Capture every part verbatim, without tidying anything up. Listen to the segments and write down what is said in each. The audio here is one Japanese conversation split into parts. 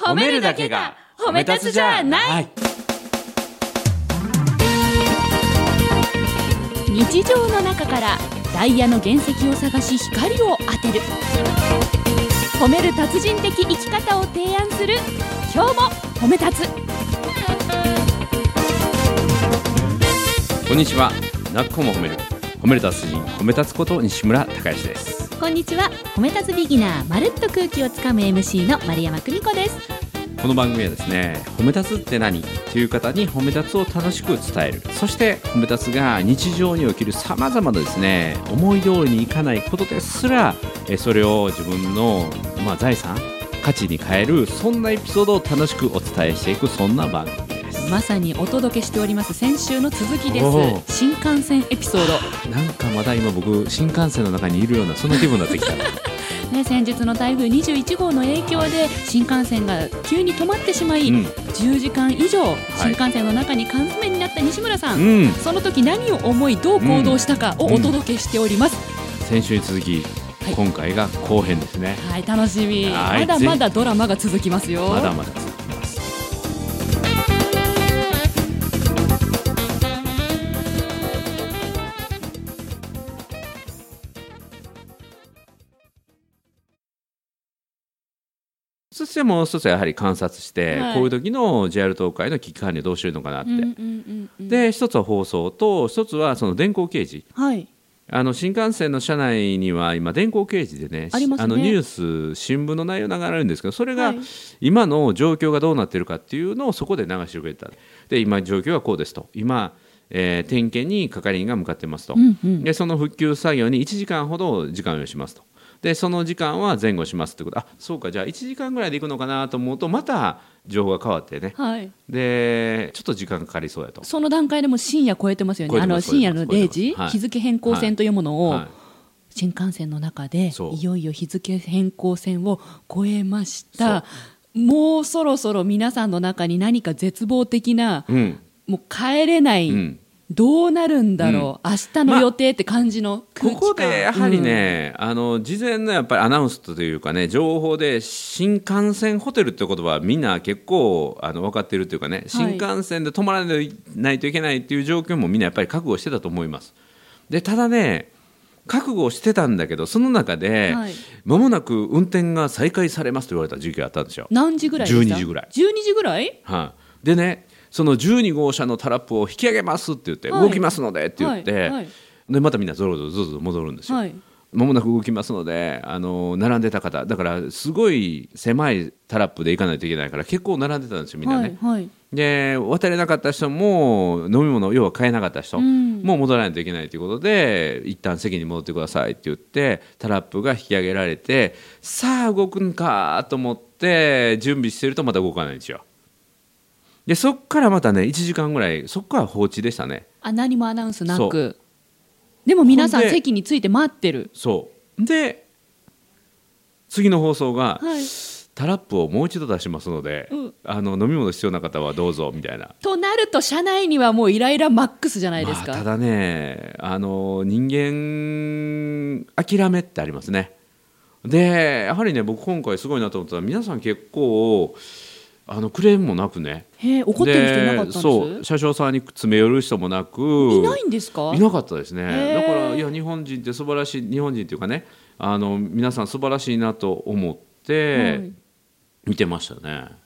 褒めるだけが褒め立つじゃない。 日常の中からダイヤの原石を探し光を当てる、褒める達人的生き方を提案する、今日も褒め立つ。 こんにちは。なっこも褒める褒める達人、褒め立つこと西村孝之です。 こんにちは。褒め立つビギナー、まるっと空気をつかむ エムシー の丸山久美子です。 この番組はですね、褒め立つって何という方に褒め立つを楽しく伝える、そして褒め立つが日常に起きるさまざまなですね、思い通りにいかないことですら、それを自分の、まあ、財産価値に変える、そんなエピソードを楽しくお伝えしていく、そんな番組です。 まさにお届けしております先週の続きです。新幹線エピソード。 なんかまだ今僕新幹線の中にいるような、そんな気分になってきたね、先日の台風にじゅういち号の影響で新幹線が急に止まってしまい、うん、じゅうじかん以上新幹線の中に缶詰になった西村さん、うん、その時何を思いどう行動したかをお届けしております、 うんうん、先週に続き、はい、今回が後編ですね。 はい、楽しみ。まだまだドラマが続きますよ。 まだまだ続きます。そしてもう一つはやはり観察して、はい、こういう時の ジェイアール 東海の危機管理どうしてるのかなって、うんうんうんうん、で一つは放送と、一つはその電光掲示、はい、あの新幹線の車内には今電光掲示で ね, ありますね、あのニュース新聞の内容流れるんですけど、それが今の状況がどうなっているかっていうのをそこで流してくれた。で今状況はこうですと、今、えー、点検に係員が向かってますと、うんうん、でその復旧作業にいちじかんほど時間を要しますと。でその時間は前後しますってこと。あ、そうか、じゃあいちじかんぐらいで行くのかなと思うと、また情報が変わってね、はい、でちょっと時間かかりそうやと。 その段階でも深夜超えてますよね。あの深夜のれいじ、はい、日付変更線というものを、はいはい、新幹線の中でいよいよ日付変更線を超えました。もうそろそろ皆さんの中に何か絶望的な、うん、もう帰れない、うん、どうなるんだろう、うん、明日の予定って感じの空気感、まあ、ここでやはりね、うん、あの事前のやっぱりアナウンスというかね、情報で新幹線ホテルって言葉はみんな結構あの分かっているというかね、新幹線で泊まらないといけないっていう状況もみんなやっぱり覚悟してたと思います。でただね、覚悟してたんだけど、その中で、はい、間もなく運転が再開されますと言われた時期があったんですよ。 何時ぐらいでした？ じゅうにじぐらい。 じゅうにじぐらい、 はい、でね、そのじゅうに号車のタラップを引き上げますって言って、はい、動きますのでって言って、はいはい、でまたみんなゾロゾロゾロゾロ戻るんですよ、はい、間もなく動きますので、あの並んでた方だからすごい狭いタラップで行かないといけないから結構並んでたんですよみんなね、はいはい、で渡れなかった人も飲み物要は買えなかった人、うん、もう戻らないといけないということで、一旦席に戻ってくださいって言ってタラップが引き上げられて、さあ動くんかと思って準備してるとまた動かないんですよ。でそっからまたねいちじかんぐらいそっから放置でしたね。 あ、何もアナウンスなく。でも皆さん席について待ってる。 そうで次の放送が、はい、タラップをもう一度出しますので、うん、あの飲み物必要な方はどうぞみたいな。 となると車内にはもうイライラマックスじゃないですか、 まあ、ただね、あの人間諦めってありますね。でやはりね、僕今回すごいなと思ったら、皆さん結構あのクレームもなくね。 へー、怒ってる人いなかったんです？ そう、車掌さんに詰め寄る人もなく。 いないんですか？ いなかったですね。だからいや日本人って素晴らしい、日本人っていうかね、あの皆さん素晴らしいなと思って見てましたね、はい、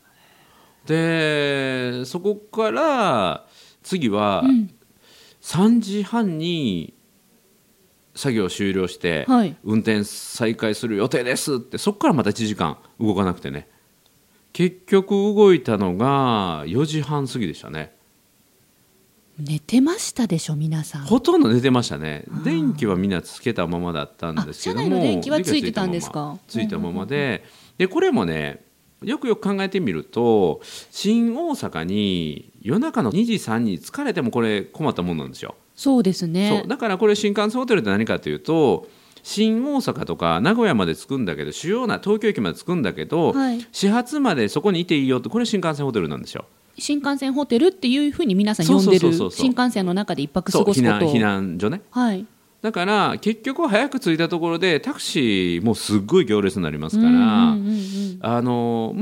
でそこから次はさんじはんに作業終了して、はい、運転再開する予定ですって、そこからまたいちじかん動かなくてね、結局動いたのがよじはん過ぎでしたね。 寝てましたでしょ皆さん。 ほとんど寝てましたね。電気はみんなつけたままだったんですけども、 車内の電気はついてたんですか？ ついたままで、でこれもね、よくよく考えてみると、新大阪に夜中のにじさんじに疲れてもこれ困ったもんなんですよ。 そうですね。 そうだからこれ新幹線ホテルって何かというと、新大阪とか名古屋まで着くんだけど、主要な東京駅まで着くんだけど、はい、始発までそこにいていいよって、これ新幹線ホテルなんですよ。 新幹線ホテルっていうふうに皆さん呼んでる。新幹線の中で一泊過ごすことを。 避難所ね、はい、だから結局早く着いたところでタクシーもうすっごい行列になりますから、うんうんうんうん、あのまあ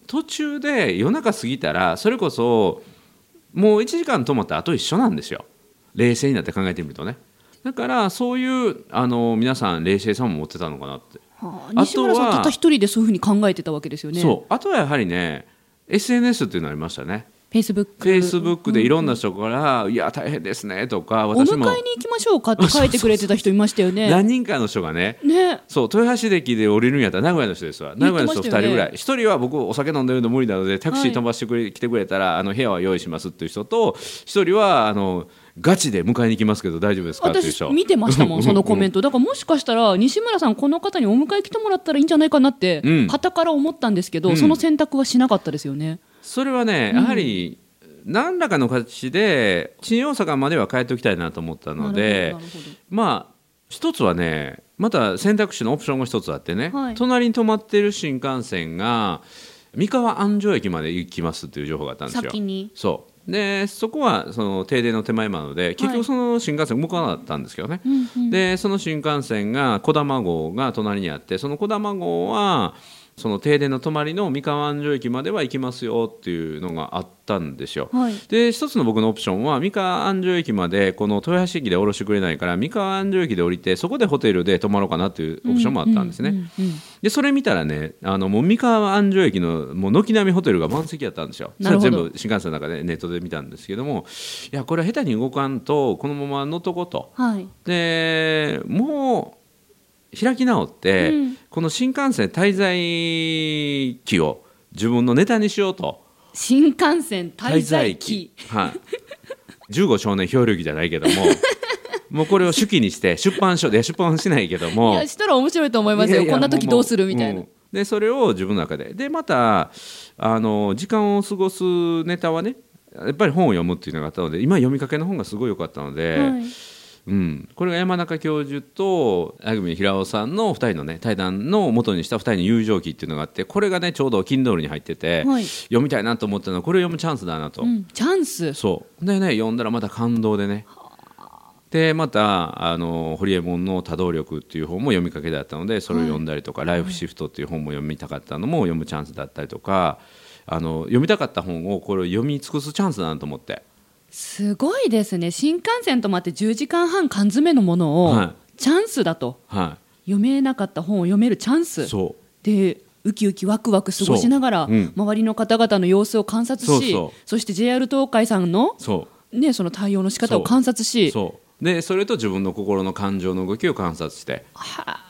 途中で夜中過ぎたらそれこそもういちじかん止まった後一緒なんですよ、冷静になって考えてみるとね。だからそういうあの皆さん冷静さも持ってたのかなって、 はあ、西村さんたった一人でそういうふうに考えてたわけですよね。 そう、あとはやはりね エスエヌエス っていうのありましたね。 フェイスブック、 フェイスブックでいろんな人から、うんうん、いや大変ですねとか、 私もお迎えに行きましょうかって書いてくれてた人いましたよね。 何人かの人が ね, ねそう豊橋駅で降りるんやったら名古屋の人ですわ、名古屋の人ふたりぐらい、ひとりは僕お酒飲んでるの無理なのでタクシー飛ばしてくれ、はい、来てくれたらあの部屋は用意しますっていう人と、ひとりはあのガチで迎えに行きますけど大丈夫ですかっていう人、 私見てましたもんそのコメント。だからもしかしたら西村さんこの方にお迎え来てもらったらいいんじゃないかなって傍から思ったんですけど、うん、その選択はしなかったですよね。 それはねやはり、うん何らかの形で新大阪までは帰っておきたいなと思ったので、まあ一つはねまた選択肢のオプションが一つあってね、はい、隣に止まっている新幹線が三河安城駅まで行きますっていう情報があったんですよ。 先にそうでそこはその停電の手前なので結局その新幹線動かなかったんですけどね、はいうんうん、でその新幹線が小玉号が隣にあって、その小玉号はその停電の止まりの三河安城駅までは行きますよっていうのがあったんですよ、はい、で一つの僕のオプションは三河安城駅までこの豊橋駅で降ろしてくれないから三河安城駅で降りてそこでホテルで泊まろうかなっていうオプションもあったんですね、うんうんうんうん、でそれ見たらねあのもう三河安城駅のもう軒並みホテルが満席だったんですよ。それ全部新幹線の中でネットで見たんですけども、いやこれは下手に動かんとこのまま乗っとこうと、はい、でもう開き直って、うん、この新幹線滞在期を自分のネタにしようと。 新幹線滞在期、 はい、じゅうご少年漂流記じゃないけどももうこれを手記にして出版書で出版しないけどもいやしたら面白いと思いますよ。いやいやこんな時どうするみたいな、うん、 でそれを自分の中ででまたあの時間を過ごすネタはねやっぱり本を読むっていうのがあったので、今読みかけの本がすごい良かったので、はいうん、これが山中教授とあぐみ平尾さんのふたりの、ね、対談の元にしたふたりの友情記っていうのがあって、これがねちょうど Kindle に入ってて、はい、読みたいなと思ったのはこれを読むチャンスだなと、うん、 チャンスそうでね読んだらまた感動でね、でまたあの堀江門の多動力っていう本も読みかけだったのでそれを読んだりとか、はい、ライフシフトっていう本も読みたかったのも読むチャンスだったりとか、あの読みたかった本をこれを読み尽くすチャンスだなと思って。 すごいですね。新幹線止まってじゅうじかんはん缶詰のものを、はい、チャンスだと、はい、読めなかった本を読めるチャンスそうでウキウキワクワク過ごしながら、うん、周りの方々の様子を観察し、そうそう、そして ジェイアール 東海さんのそう、 ね、その対応の仕方を観察し、 そうそうでそれと自分の心の感情の動きを観察して、はあ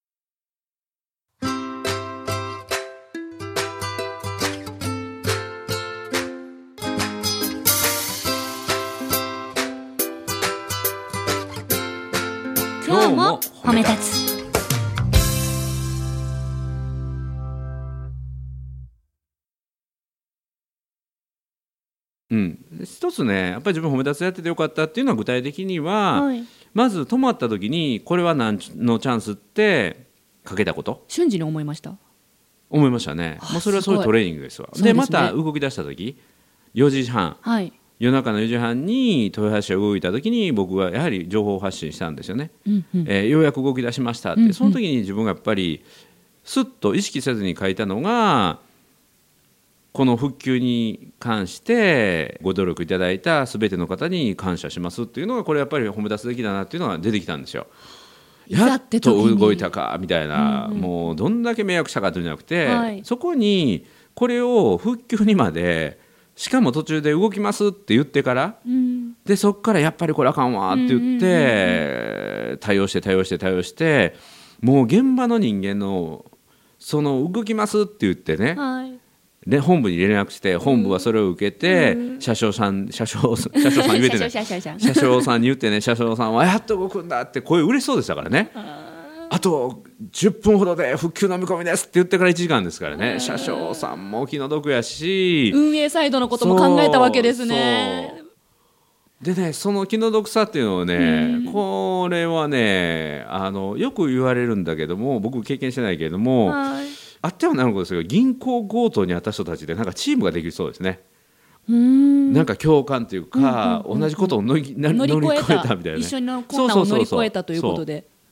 今日も褒め立つ。 うん、一つねやっぱり自分褒め立つやっててよかったっていうのは具体的には、はい、まず止まった時にこれは何のチャンスってかけたこと瞬時に思いました思いましたね。もうそれはそういうトレーニングですわ。で、ね、また動き出した時よじはん、はい、夜中のよじはんに豊橋が動いた時に僕はやはり情報発信したんですよね、うんうんえー、ようやく動き出しましたって、うんうん、その時に自分がやっぱりスッと意識せずに書いたのがこの復旧に関してご努力いただいた全ての方に感謝しますっていうのがこれやっぱり褒め出すべきだなっていうのが出てきたんですよ。やっと動いたかみたいな、うんうん、もうどんだけ迷惑したかというんじゃなくて、はい、そこにこれを復旧にまでしかも途中で動きますって言ってから、うん、でそこからやっぱりこれあかんわって言って、うんうん、対応して対応して対応してもう現場の人間のその動きますって言ってね、はい、で本部に連絡して本部はそれを受けて、うん、車掌さん車掌車掌さん言えてない車掌さんに言ってね車掌さんはやっと動くんだって声嬉しそうでしたからね。あとじゅっぷんほどで復旧の見込みですって言ってからいちじかんですからね。車掌さんも気の毒やし運営サイドのことも考えたわけですね。 でねその気の毒さっていうのをね、うん、これはねあのよく言われるんだけども僕経験してないけれども、はい、あってはなるほどですけど銀行強盗にあった人たちでなんかチームができるそうですね。うーんなんか共感というか、うんうんうんうん、同じことを乗り、乗り越えたみたいな、ね、 一緒の困難を乗り越えたということで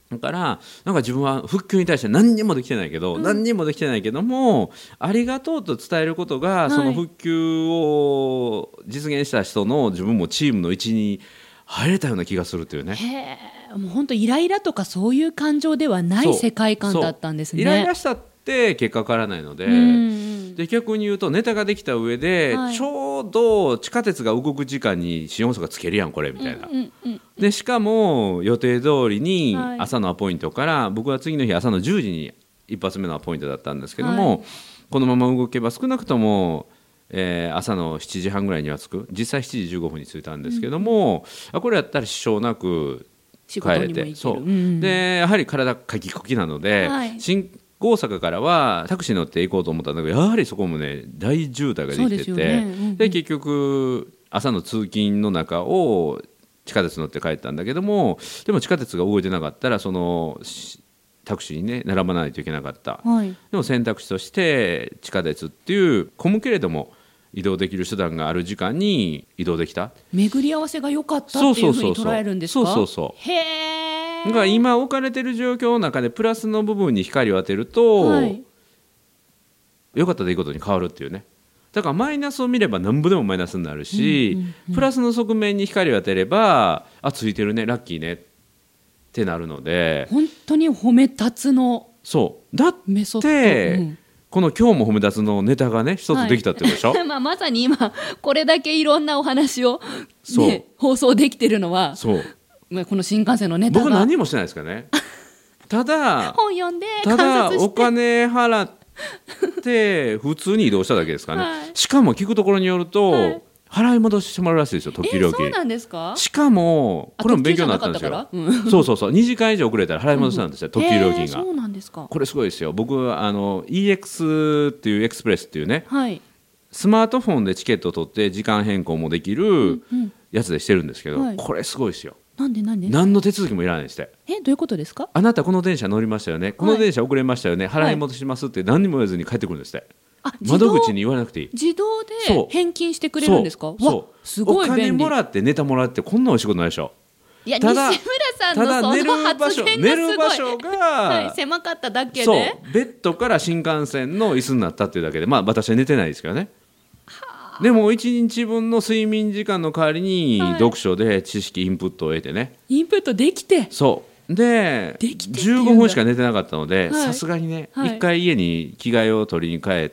だからなんか自分は復旧に対して何にもできてないけど、うん、何にもできてないけどもありがとうと伝えることが、はい、その復旧を実現した人の自分もチームの一に入れたような気がするというね。 へー、もう本当イライラとかそういう感情ではない世界観だったんですね。 イライラしたって結果変わらないので、うん、で逆に言うとネタができた上で、はい、ちょうど地下鉄が動く時間に新大阪つけるやんこれみたいな、うんうんうん、でしかも予定通りに朝のアポイントから、はい、僕は次の日朝のじゅうじに一発目のアポイントだったんですけども、はい、このまま動けば少なくともえー、朝のしちじはんぐらいには着く。実際しちじじゅうごふんに着いたんですけども、うん、あこれやったら支障なく帰れて、そう、うん、でやはり体かきこきなので、はい、新大阪からはタクシー乗って行こうと思ったんだけどやはりそこもね大渋滞ができてて、で、ねうんうん、で結局朝の通勤の中を地下鉄乗って帰ったんだけども、でも地下鉄が動いてなかったらそのタクシーにね並ばないといけなかった、はい、でも選択肢として地下鉄っていう混むけれども移動できる手段がある時間に移動できた。 巡り合わせが良かったっていうふうに捉えるんですか。 そうそうそう。 へー。 だから今置かれている状況の中でプラスの部分に光を当てると、はい、良かったでいいことに変わるっていうね。だからマイナスを見れば何部でもマイナスになるし、うんうんうん、プラスの側面に光を当てればあついてるねラッキーねってなるので、 本当に褒め立つのそうだってメソッド、うんこの今日も褒め立つのネタがね一つできたってことでしょ、 はいまあ、まさに今これだけいろんなお話を、ね、放送できてるのはそう、まあ、この新幹線のネタが僕何もしてないですからねただ本読んで観察してただお金払って普通に移動しただけですからね、はい、しかも聞くところによると、はい払い戻してもらうらしいですよ特急料金。 そうなんですか。 しかもこれも勉強になったんですよ、うん、そうそうそうにじかん以上遅れたら払い戻せなんですよ、うん、特急料金が。 そうなんですか。 これすごいですよ。僕あの イーエックス っていうエクスプレスっていうね、はい、スマートフォンでチケットを取って時間変更もできるやつでしてるんですけど、うんうん、これすごいですよ。 なんでなんで何の手続きもいらないんですって。 えどういうことですか。 あなたこの電車乗りましたよね、この電車遅れましたよね、はい、払い戻しますって何にも言わずに帰ってくるんですって。あ窓口に言わなくていい。 自動で返金してくれるんですか。そうわすごい便利。お金もらってネタもらってこんなお仕事ないでしょ。 いや西村さんのその発言がすごい寝る場所が、 はい、狭かっただけでそうベッドから新幹線の椅子になったっていうだけで、まあ私は寝てないですけどね。でもいちにちぶんの睡眠時間の代わりに読書で知識インプットを得てね、 インプットできてそうでじゅうごふんしか寝てなかったのでさすがにね、はい、いっかい家に着替えを取りに帰って、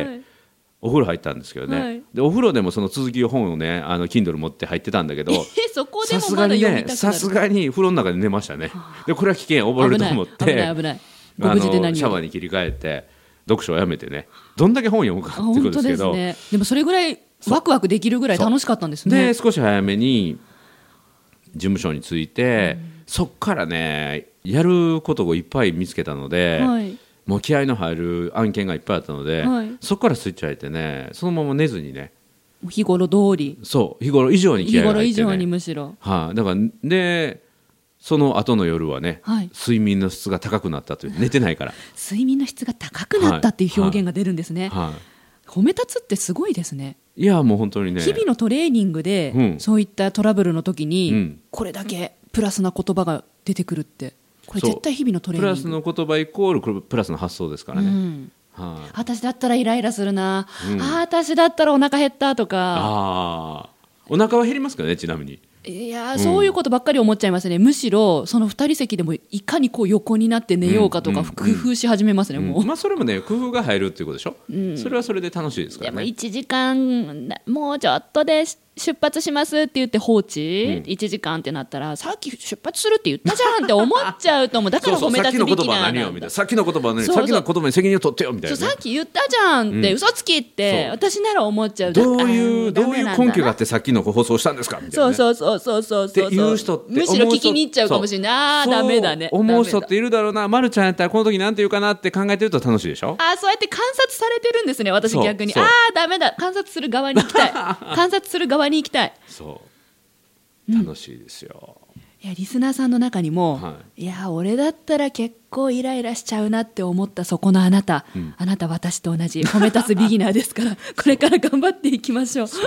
はい、お風呂入ったんですけどね、はい、でお風呂でもその続きを本をねあの Kindle 持って入ってたんだけどそこでもまだ読みたくなる。 さすがに風呂の中で寝ましたね。でこれは危険溺れると思って危ない危ないご無事で何よりシャワーに切り替えて読書をやめてねどんだけ本読むかってことですけど。 本当ですね。でもそれぐらいワクワクできるぐらい楽しかったんですね。 で少し早めに事務所に着いて、うん、そっからねやることをいっぱい見つけたので、はい、もう気合いの入る案件がいっぱいあったので、はい、そっからスイッチ入ってねそのまま寝ずにね日頃通りそう日頃以上に気合いが入って、ね、 日頃以上にむしろ、 はあ、だからでその後の夜はね、はい、睡眠の質が高くなったという寝てないから睡眠の質が高くなったっていう表現が出るんですね、はいはい、褒め立つってすごいですね。 いやもう本当にね日々のトレーニングで、うん、そういったトラブルの時に、うん、これだけプラスな言葉が出てくるってこれ絶対日々のトレーニングプラスの言葉イコールプラスの発想ですからね、うんはあ、私だったらイライラするな、うん、あ私だったらお腹減ったとか。 あお腹は減りますかねちなみに。 いや、うん、そういうことばっかり思っちゃいますね。むしろそのふたり席でもいかにこう横になって寝ようかとか工夫し始めますね、うんうん、もう、 まあ、それもね工夫が入るっていうことでしょ、うん、それはそれで楽しいですからね。 でもいちじかんもうちょっとで出発しますって言って放置、うん、いちじかんってなったらさっき出発するって言ったじゃんって思っちゃうと思う。だから褒め立つべきなんだ。 さっきの言葉は何よみたいなさっきの言葉に責任を取ってよみたいな、ね、 そうさっき言ったじゃんって、うん、嘘つきって私なら思っちゃう。 どういうどういう根拠があってさっきの放送したんですかみたいな、ね、 そうそうそうそうそうそうっていう人ってむしろ聞きに行っちゃうかもしれない。あーダメだね思う人っているだろうな。まるちゃんやったらこの時なんて言うかなって考えてると楽しいでしょ。 あそうやって観察されてるんですね私逆に。あーダメだ観察する側に行きたい観察する側に行きたい。 そう楽しいですよ、 うん、いやリスナーさんの中にも、はい、いや俺だったら結構イライラしちゃうなって思ったそこのあなた、うん、あなた私と同じ褒め立つビギナーですからこれから頑張っていきましょう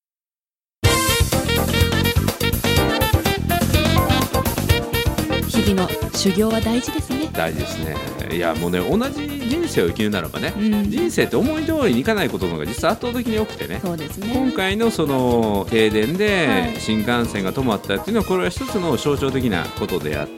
日々 々の修行は大事ですね。 大事ですね。いやもうね、同じ人生を生きるならばね、うん、人生って思い通りにいかないことの方が実は圧倒的に多くてね。 そうですね。 今回のその停電で新幹線が止まったっていうのは、これは一つの象徴的なことであって、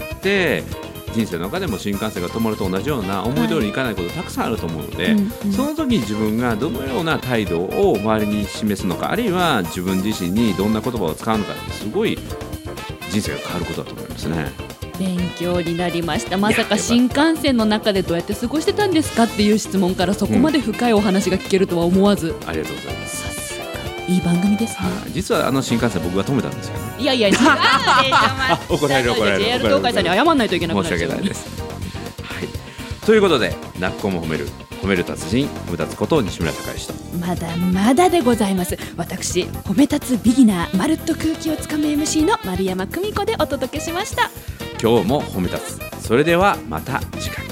人生の中でも新幹線が止まると同じような思い通りにいかないことたくさんあると思うので、はい、うんうん、その時に自分がどのような態度を周りに示すのか、あるいは自分自身にどんな言葉を使うのかって、すごい人生が変わることだと思いますね。 勉強になりました。まさか新幹線の中でどうやって過ごしてたんですかっていう質問からそこまで深いお話が聞けるとは思わず、うん、 ありがとうございます。 さすがいい番組ですね。 実はあの新幹線僕が止めたんですけど、ね、 いやいや違う怒られる怒られるジェイアール 東海さんに謝らないといけなくなっちゃう。 申し訳ないです、はい、ということで、泣く子も褒める褒める達人、褒め立つこと西村孝之と、 まだまだでございます。私褒め立つビギナー、まるっと空気をつかむ エムシー の丸山久美子でお届けしました。 今日も褒め立つ。それではまた次回。